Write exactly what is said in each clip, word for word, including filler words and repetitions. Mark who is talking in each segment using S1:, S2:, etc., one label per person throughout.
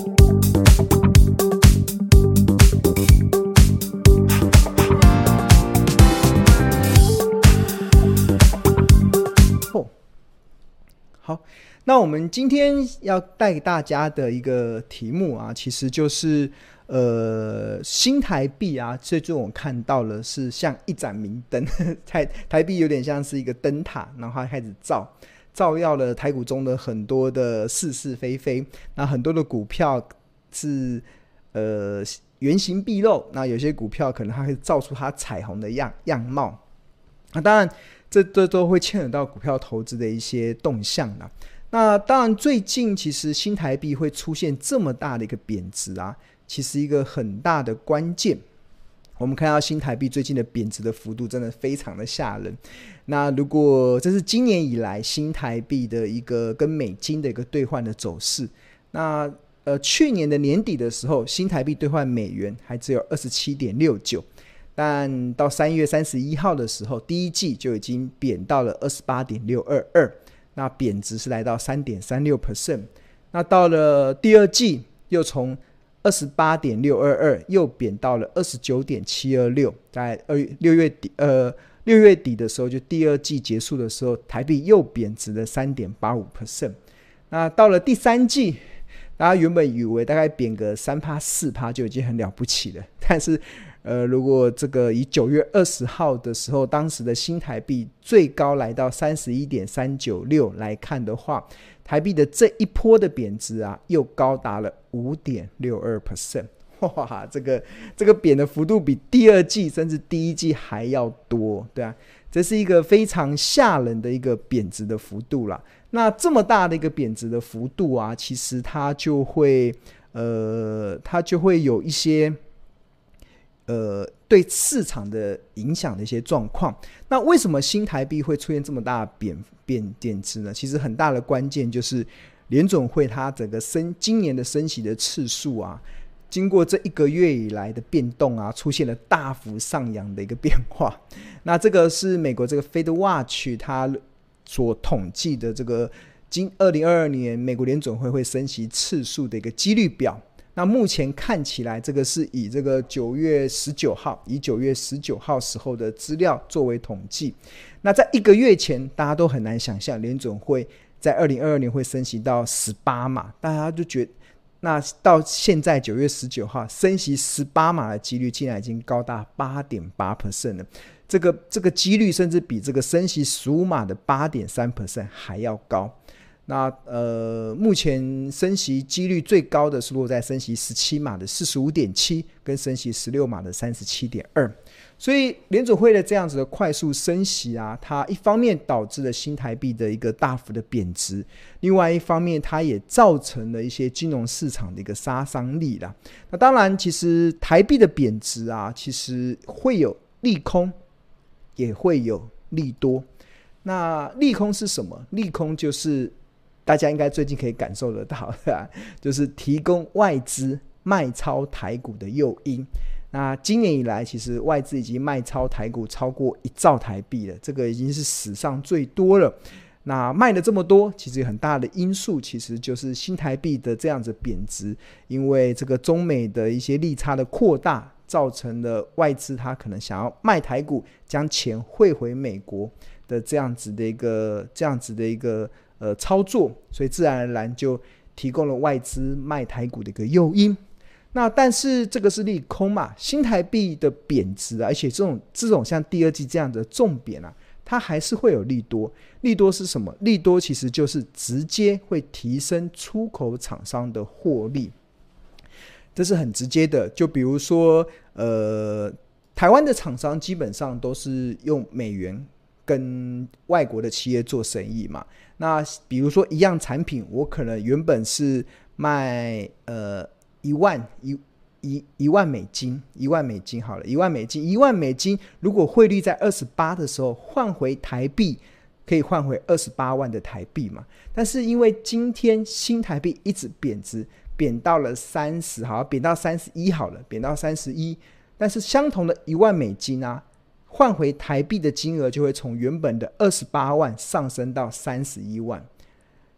S1: 好，那我们今天要带给大家的一个题目啊，其实就是呃新台币啊，最近我看到了是像一盏明灯，台台币有点像是一个灯塔，然后它开始照照耀了台股中的很多的是是非非，那很多的股票是呃原形毕露，那有些股票可能它会照出它彩虹的样样貌，那当然这这都会牵扯到股票投资的一些动向啦。那当然最近其实新台币会出现这么大的一个贬值啊，其实一个很大的关键，我们看到新台币最近的贬值的幅度真的非常的吓人。那如果这是今年以来新台币的一个跟美金的一个兑换的走势，那呃去年的年底的时候，新台币兑换美元还只有 二十七点六九，但到三月三十一号的时候，第一季就已经贬到了 二十八点六二二， 那贬值是来到 百分之三点三六。 那到了第二季又从 二十八点六二二 又贬到了 二十九点七二六， 在六月底呃六月底的时候，就第二季结束的时候，台币又贬值了 百分之三点八五。 那到了第三季，大家原本以为大概贬个 百分之三 百分之四 就已经很了不起了，但是呃，如果这个以九月二十号的时候，当时的新台币最高来到 三十一点三九六 来看的话，台币的这一波的贬值啊，又高达了 百分之五点六二。 哇，这个这个贬的幅度比第二季甚至第一季还要多，对啊，这是一个非常吓人的一个贬值的幅度啦。那这么大的一个贬值的幅度啊，其实它就会呃，它就会有一些呃，对市场的影响的一些状况。那为什么新台币会出现这么大的贬贬贬值呢？其实很大的关键就是联准会它整个升今年的升息的次数啊，经过这一个月以来的变动啊，出现了大幅上扬的一个变化。那这个是美国这个 Fed Watch 它所统计的这个今二零二二年美国联准会会升息次数的一个几率表。那目前看起来，这个是以这个九月十九号，以九月十九号时候的资料作为统计。那在一个月前，大家都很难想象联准会在二零二二年会升息到十八码，大家就觉得，那到现在九月十九号升息十八码的几率竟然已经高达 百分之八点八 了。这个这个几率甚至比这个升息十五码的 百分之八点三 还要高。那呃，目前升息几率最高的是落在升息十七码的 四十五点七 跟升息十六码的 三十七点二。 所以联准会的这样子的快速升息啊，它一方面导致了新台币的一个大幅的贬值，另外一方面它也造成了一些金融市场的一个杀伤力啦。那当然其实台币的贬值啊，其实会有利空也会有利多。那利空是什么？利空就是大家应该最近可以感受得到的、啊、就是提供外资卖超台股的诱因。那今年以来，其实外资已经卖超台股超过一兆台币了，这个已经是史上最多了。那卖了这么多，其实有很大的因素其实就是新台币的这样子贬值，因为这个中美的一些利差的扩大，造成了外资他可能想要卖台股，将钱汇回美国的这样子的一个这样子的一个呃操作，所以自然而然就提供了外资卖台股的一个诱因。那但是这个是利空嘛，新台币的贬值啊，而且这种这种像第二季这样的重贬啊，它还是会有利多。利多是什么？利多其实就是直接会提升出口厂商的获利，这是很直接的。就比如说呃，台湾的厂商基本上都是用美元跟外国的企业做生意嘛。那比如说一样产品，我可能原本是卖呃一万一一一万美金，一万美金好了，一万美金，一万美金，如果汇率在二十八的时候换回台币，可以换回二十八万的台币嘛。但是因为今天新台币一直贬值，贬到了三十，好，贬到三十一好了，贬到三十一，但是相同的一万美金啊，换回台币的金额就会从原本的二十八万上升到三十一万。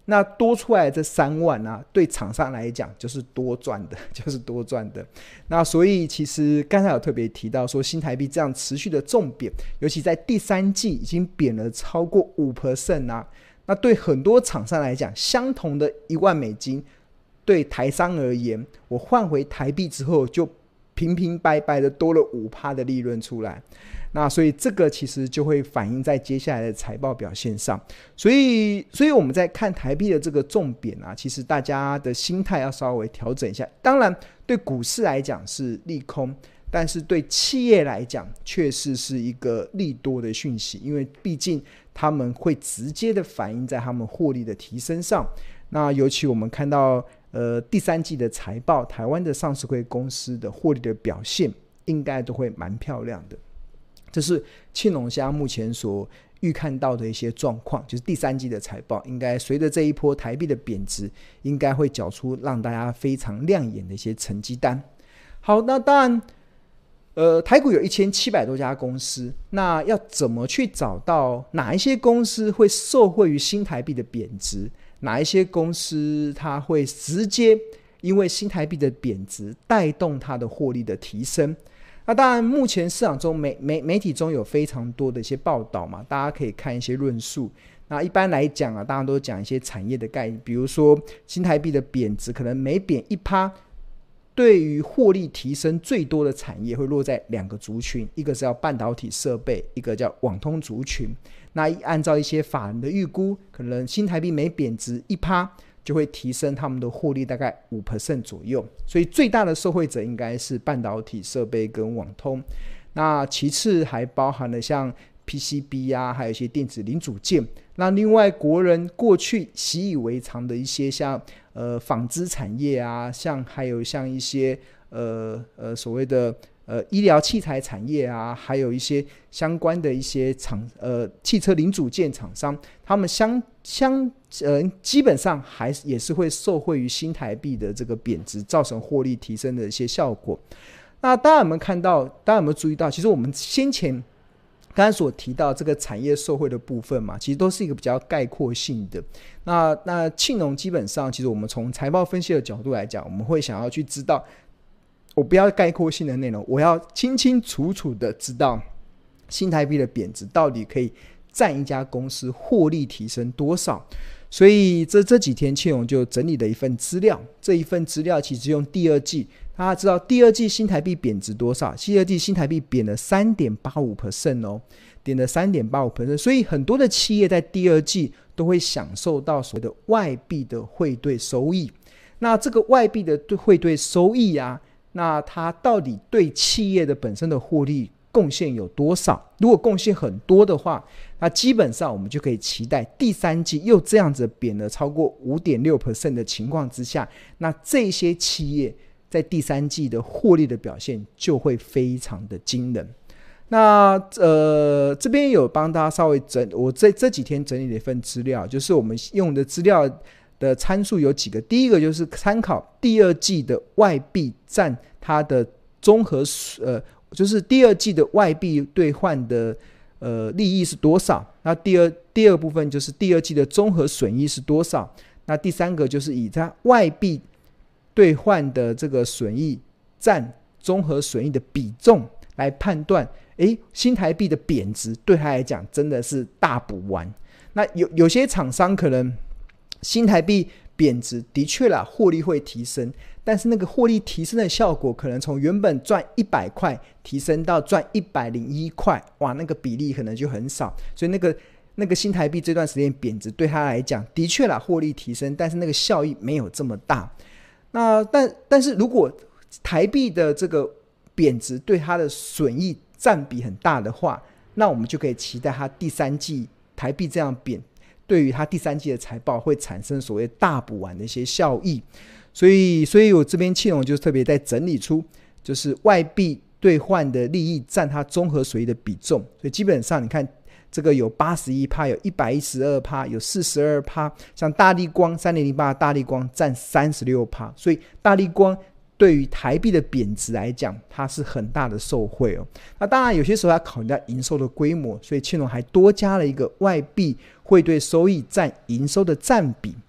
S1: 那多出来的这三万啊，对厂商来讲就是多赚的，就是多赚的。那所以其实刚才有特别提到说，新台币这样持续的重贬，尤其在第三季已经贬了超过 百分之五 啊。那对很多厂商来讲，相同的一万美金，对台商而言，我换回台币之后，就平平白白的多了 百分之五 的利润出来。那所以这个其实就会反映在接下来的财报表现上，所以所以我们在看台币的这个重贬啊，其实大家的心态要稍微调整一下。当然对股市来讲是利空，但是对企业来讲确实是一个利多的讯息，因为毕竟他们会直接的反映在他们获利的提升上。那尤其我们看到呃第三季的财报，台湾的上市柜公司的获利的表现应该都会蛮漂亮的。这是庆隆虾目前所预看到的一些状况，就是第三季的财报应该随着这一波台币的贬值，应该会缴出让大家非常亮眼的一些成绩单。好，那当然呃，台股有一千七百多家公司，那要怎么去找到哪一些公司会受惠于新台币的贬值，哪一些公司它会直接因为新台币的贬值带动它的获利的提升。那当然目前市场中 媒, 媒, 媒体中有非常多的一些报道嘛，大家可以看一些论述。那一般来讲啊，大家都讲一些产业的概念，比如说新台币的贬值可能每贬 百分之一， 对于获利提升最多的产业会落在两个族群，一个是叫半导体设备，一个叫网通族群。那按照一些法人的预估，可能新台币每贬值 百分之一，就会提升他们的获利大概 百分之五 左右，所以最大的受惠者应该是半导体设备跟网通。那其次还包含了像 P C B 啊，还有一些电子零组件。那另外国人过去习以为常的一些像呃纺织产业啊，像还有像一些呃呃所谓的呃医疗器材产业啊，还有一些相关的一些厂呃汽车零组件厂商，他们相相呃基本上还是也是会受惠于新台币的这个贬值，造成获利提升的一些效果。那大家有没有看到？大家有没有注意到？其实我们先前刚才所提到这个产业受惠的部分嘛，其实都是一个比较概括性的。那那庆隆基本上，其实我们从财报分析的角度来讲，我们会想要去知道，我不要概括性的内容，我要清清楚楚的知道新台币的贬值到底可以占一家公司获利提升多少。所以这这几天庆隆就整理了一份资料，这一份资料其实用第二季，大家知道第二季新台币贬值多少？第二季新台币贬了 百分之三点八五 哦，贬了 百分之三点八五， 所以很多的企业在第二季都会享受到所谓的外币的汇兑收益。那这个外币的汇兑收益啊，那它到底对企业的本身的获利贡献有多少？如果贡献很多的话，那基本上我们就可以期待第三季又这样子贬了超过 百分之五点六 的情况之下，那这些企业在第三季的获利的表现就会非常的惊人。那呃，这边有帮大家稍微整，我这这几天整理了一份资料，就是我们用的资料的参数有几个，第一个就是参考第二季的外币占它的综合呃，就是第二季的外币兑换的呃利益是多少。那第二第二部分就是第二季的综合损益是多少。那第三个就是以它外币兑换的这个损益占综合损益的比重来判断，诶，新台币的贬值对他来讲真的是大补丸。那有有些厂商可能新台币贬值的确啦，获利会提升，但是那个获利提升的效果可能从原本赚一百块提升到赚一百零一块，哇，那个比例可能就很少。所以那个那个新台币这段时间贬值对他来讲的确啦，获利提升，但是那个效益没有这么大。那 但, 但是如果台币的这个贬值对它的损益占比很大的话，那我们就可以期待它第三季台币这样贬，对于它第三季的财报会产生所谓大补丸的一些效益。所以所以我这边庆隆就特别在整理出就是外币兑换的利益占它综合损益的比重。所以基本上你看这个有 百分之八十一， 有 一百一十二， 有 百分之四十二， 像大立光三零零八大立光占 百分之三十六， 所以大立光对于台币的贬值来讲它是很大的受惠哦。那当然有些时候要考虑到营收的规模，所以庆隆还多加了一个外币汇兑收益占营收的占比。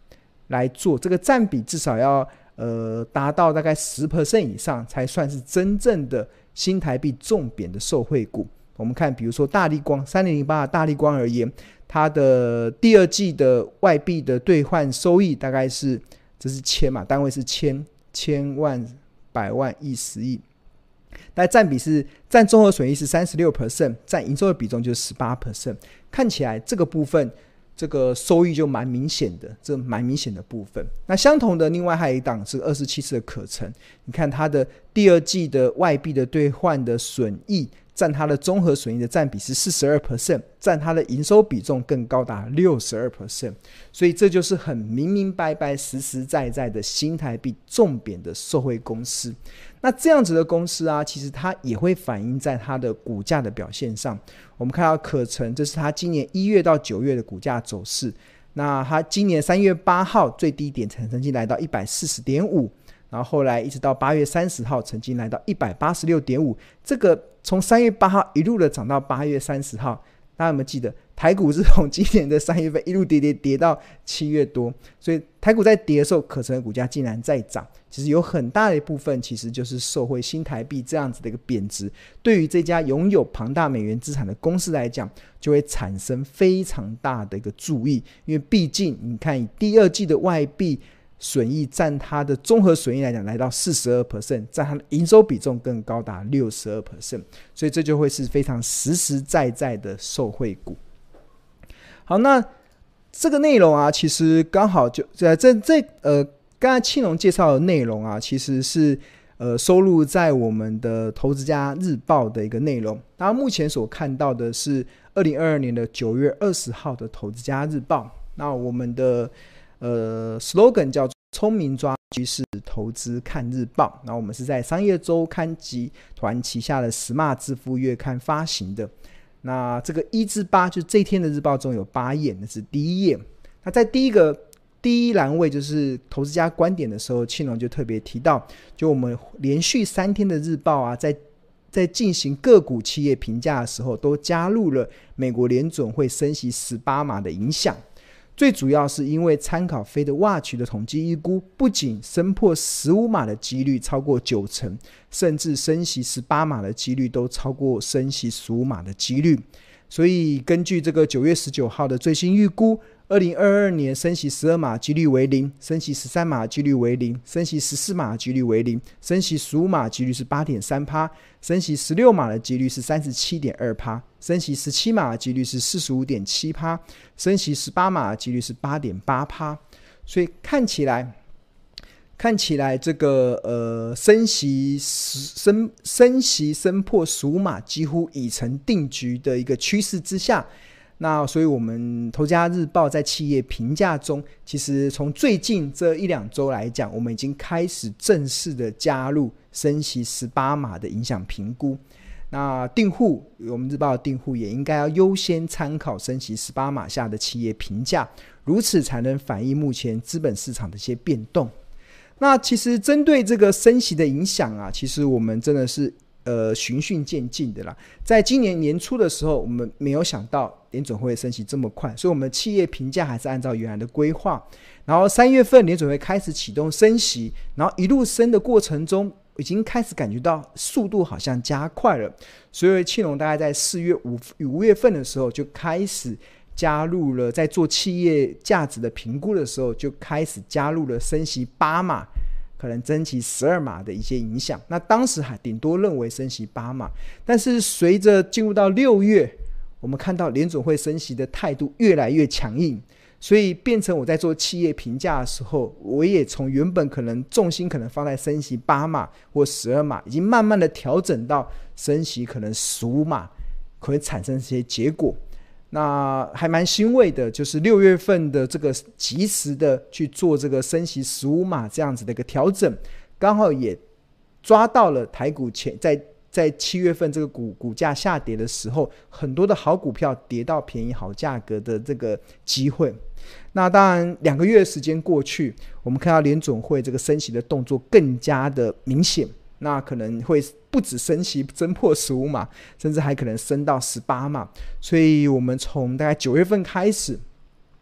S1: 来做，这个占比至少要呃达到大概 百分之十 以上，才算是真正的新台币重贬的受惠股。我们看比如说大立光三零零八的大立光而言，它的第二季的外币的兑换收益大概是，这是千嘛，单位是千千万百万亿十亿，但占比是占综合损益是 百分之三十六， 占营收的比重就是 百分之十八。 看起来这个部分这个收益就蛮明显的，这蛮明显的部分。那相同的另外还有一档是二四七四的可成，你看它的第二季的外币的兑换的损益占它的综合损益的占比是 百分之四十二， 占它的营收比重更高达 百分之六十二， 所以这就是很明明白白实实在在的新台币重贬的受惠公司。那这样子的公司啊，其实它也会反映在它的股价的表现上。我们看到可成，这是它今年一月到九月的股价走势，那它今年三月八号最低点曾经来到 一百四十点五， 然后后来一直到八月三十号曾经来到 一百八十六点五， 这个从三月八号一路的涨到八月三十号，大家有没有记得台股是从今年的三月份一路跌跌跌到七月多，所以台股在跌的时候，可成的股价竟然在涨，其实有很大的一部分其实就是受惠新台币这样子的一个贬值，对于这家拥有庞大美元资产的公司来讲，就会产生非常大的一个注意，因为毕竟你看以第二季的外币损益占它的综合损益来讲来到 百分之四十二， 占它的营收比重更高达 百分之六十二， 所以这就会是非常实实在在的受惠股。好，那这个内容啊，其实刚好就这这呃，刚才庆隆介绍的内容啊，其实是呃收录在我们的投资家日报的一个内容。大家目前所看到的是二零二二年的九月二十号的投资家日报。那我们的呃 slogan 叫做聪明抓趋势投资看日报，那我们是在商业周刊集团旗下的 Smart 致富月刊发行的。那这个一至八就是这一天的日报中有八页，那是第一页。那在第一个第一栏位就是投资家观点的时候，庆隆就特别提到，就我们连续三天的日报啊，在在进行个股企业评价的时候，都加入了美国联准会升息十八码的影响。最主要是因为参考 Fed Watch 的统计预估，不仅升破十五码的几率超过九成，甚至升息十八码的几率都超过升息十五码的几率。所以根据这个九月十九号的最新预估，二零二二年升息十二码几率为零，升息十三码几率为零，升息十四码几率为零，升息十五码几率是 百分之八点三， 升息十六码的几率是 百分之三十七点二， 升息十七码的几率是 百分之四十五点七， 升息十八码的几率是 百分之八点八。 所以看起来看起来这个呃升息升升息升破十五码几乎已成定局的一个趋势之下，那所以我们投资家日报在企业评价中，其实从最近这一两周来讲，我们已经开始正式的加入升息十八码的影响评估。那订户我们日报的订户也应该要优先参考升息十八码下的企业评价，如此才能反映目前资本市场的一些变动。那其实针对这个升息的影响啊，其实我们真的是呃循序渐进的啦。在今年年初的时候，我们没有想到联准会升息这么快，所以我们企业评价还是按照原来的规划。然后三月份联准会开始启动升息，然后一路升的过程中，已经开始感觉到速度好像加快了，所以庆隆大概在四月五五月份的时候就开始加入了，在做企业价值的评估的时候，就开始加入了升息八码，可能增息十二码的一些影响。那当时还顶多认为升息八码，但是随着进入到六月，我们看到联准会升息的态度越来越强硬，所以变成我在做企业评价的时候，我也从原本可能重心可能放在升息八码或十二码，已经慢慢的调整到升息可能十五码，可能产生这些结果。那还蛮欣慰的，就是六月份的这个及时的去做这个升息十五码这样子的一个调整，刚好也抓到了台股前在在七月份这个股股价下跌的时候，很多的好股票跌到便宜好价格的这个机会。那当然两个月的时间过去，我们看到联准会这个升息的动作更加的明显，那可能会不止升息升破十五码，甚至还可能升到十八码。所以我们从大概九月份开始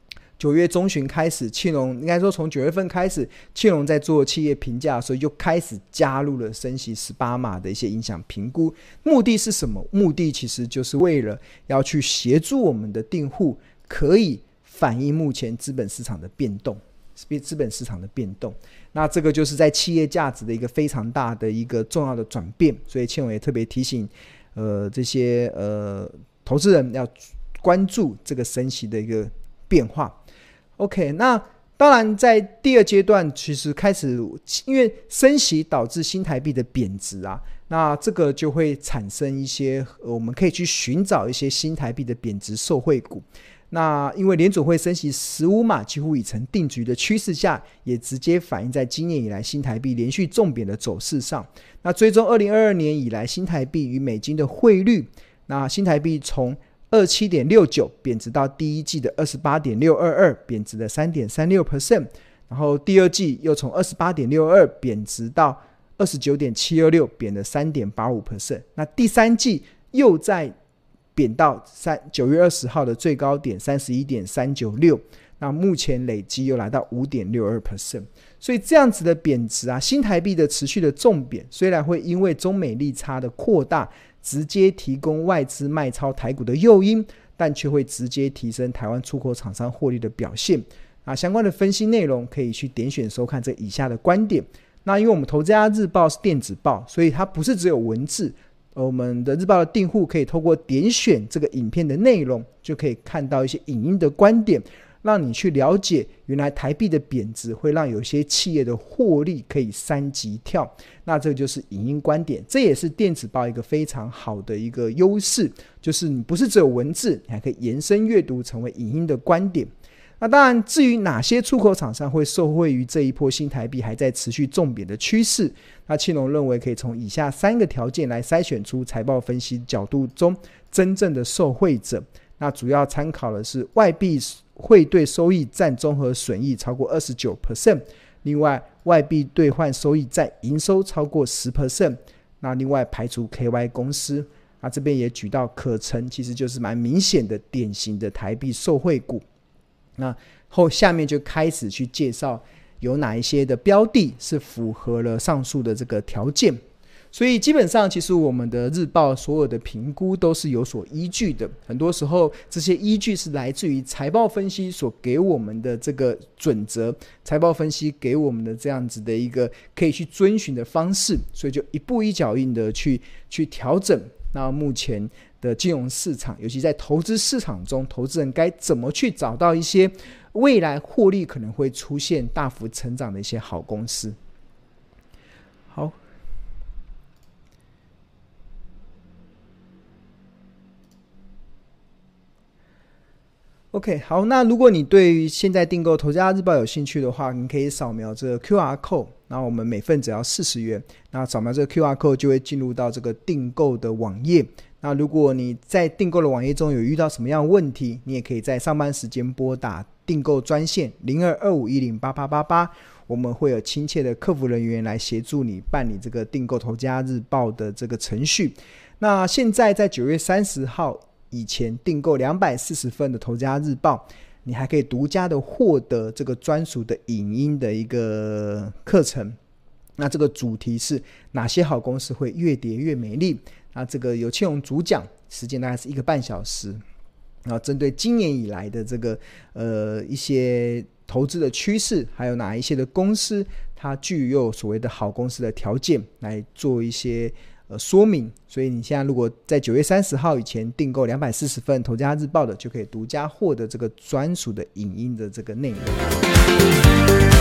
S1: 九月中旬开始，庆隆应该说从九月份开始，庆隆在做企业评价，所以就开始加入了升息十八码的一些影响评估。目的是什么？目的其实就是为了要去协助我们的订户可以反映目前资本市场的变动，资本市场的变动。那这个就是在企业价值的一个非常大的一个重要的转变，所以庆隆也特别提醒，呃，这些呃投资人要关注这个升息的一个变化。OK， 那当然在第二阶段其实开始，因为升息导致新台币的贬值啊，那这个就会产生一些、呃、我们可以去寻找一些新台币的贬值受惠股。那因为联准会升息十五码几乎已成定局的趋势下，也直接反映在今年以来新台币连续重贬的走势上。那追踪二零二二年以来新台币与美金的汇率，那新台币从二十七点六九 贬值到第一季的 二十八点六二二， 贬值了 百分之三点三六， 然后第二季又从 二十八点六二 贬值到 二十九点七二六， 贬了 百分之三点八五。 那第三季又在贬到九月二十号的最高点 三十一点三九六， 那目前累积又来到 五点六二。 所以这样子的贬值啊，新台币的持续的重贬，虽然会因为中美利差的扩大直接提供外资卖超台股的诱因，但却会直接提升台湾出口厂商获利的表现。那相关的分析内容可以去点选收看这以下的观点。那因为我们投资家日报是电子报，所以它不是只有文字，我们的日报的订户可以透过点选这个影片的内容，就可以看到一些影音的观点，让你去了解原来台币的贬值会让有些企业的获利可以三级跳。那这就是影音观点，这也是电子报一个非常好的一个优势，就是你不是只有文字，你还可以延伸阅读成为影音的观点。那当然至于哪些出口厂商会受惠于这一波新台币还在持续重贬的趋势，那庆隆认为可以从以下三个条件来筛选出财报分析角度中真正的受惠者。那主要参考的是外币汇兑收益占综合损益超过 百分之二十九， 另外外币兑换收益占营收超过 百分之十， 那另外排除 K Y 公司。那这边也举到可成其实就是蛮明显的典型的台币受惠股。那后下面就开始去介绍有哪一些的标的是符合了上述的这个条件。所以基本上其实我们的日报所有的评估都是有所依据的，很多时候这些依据是来自于财报分析所给我们的这个准则，财报分析给我们的这样子的一个可以去遵循的方式，所以就一步一脚印的去去调整。那目前的金融市场，尤其在投资市场中，投资人该怎么去找到一些未来获利可能会出现大幅成长的一些好公司。好，OK， 好，那如果你对于现在订购投资家日报有兴趣的话，你可以扫描这个 Q R code， 然后我们每份只要四十元，那扫描这个 Q R code 就会进入到这个订购的网页。那如果你在订购的网页中有遇到什么样的问题，你也可以在上班时间拨打订购专线零二二五一零八八八八，我们会有亲切的客服人员来协助你办理这个订购投资家日报的这个程序。那现在在九月三十号以前订购两百四十份的投资家日报，你还可以独家的获得这个专属的影音的一个课程。那这个主题是哪些好公司会越跌越美丽，那这个由庆隆主讲，时间大概是一个半小时，然后针对今年以来的这个呃一些投资的趋势，还有哪一些的公司它具有所谓的好公司的条件来做一些呃说明。所以你现在如果在九月三十号以前订购两百四十份投资家日报的，就可以独家获得这个专属的影音的这个内容。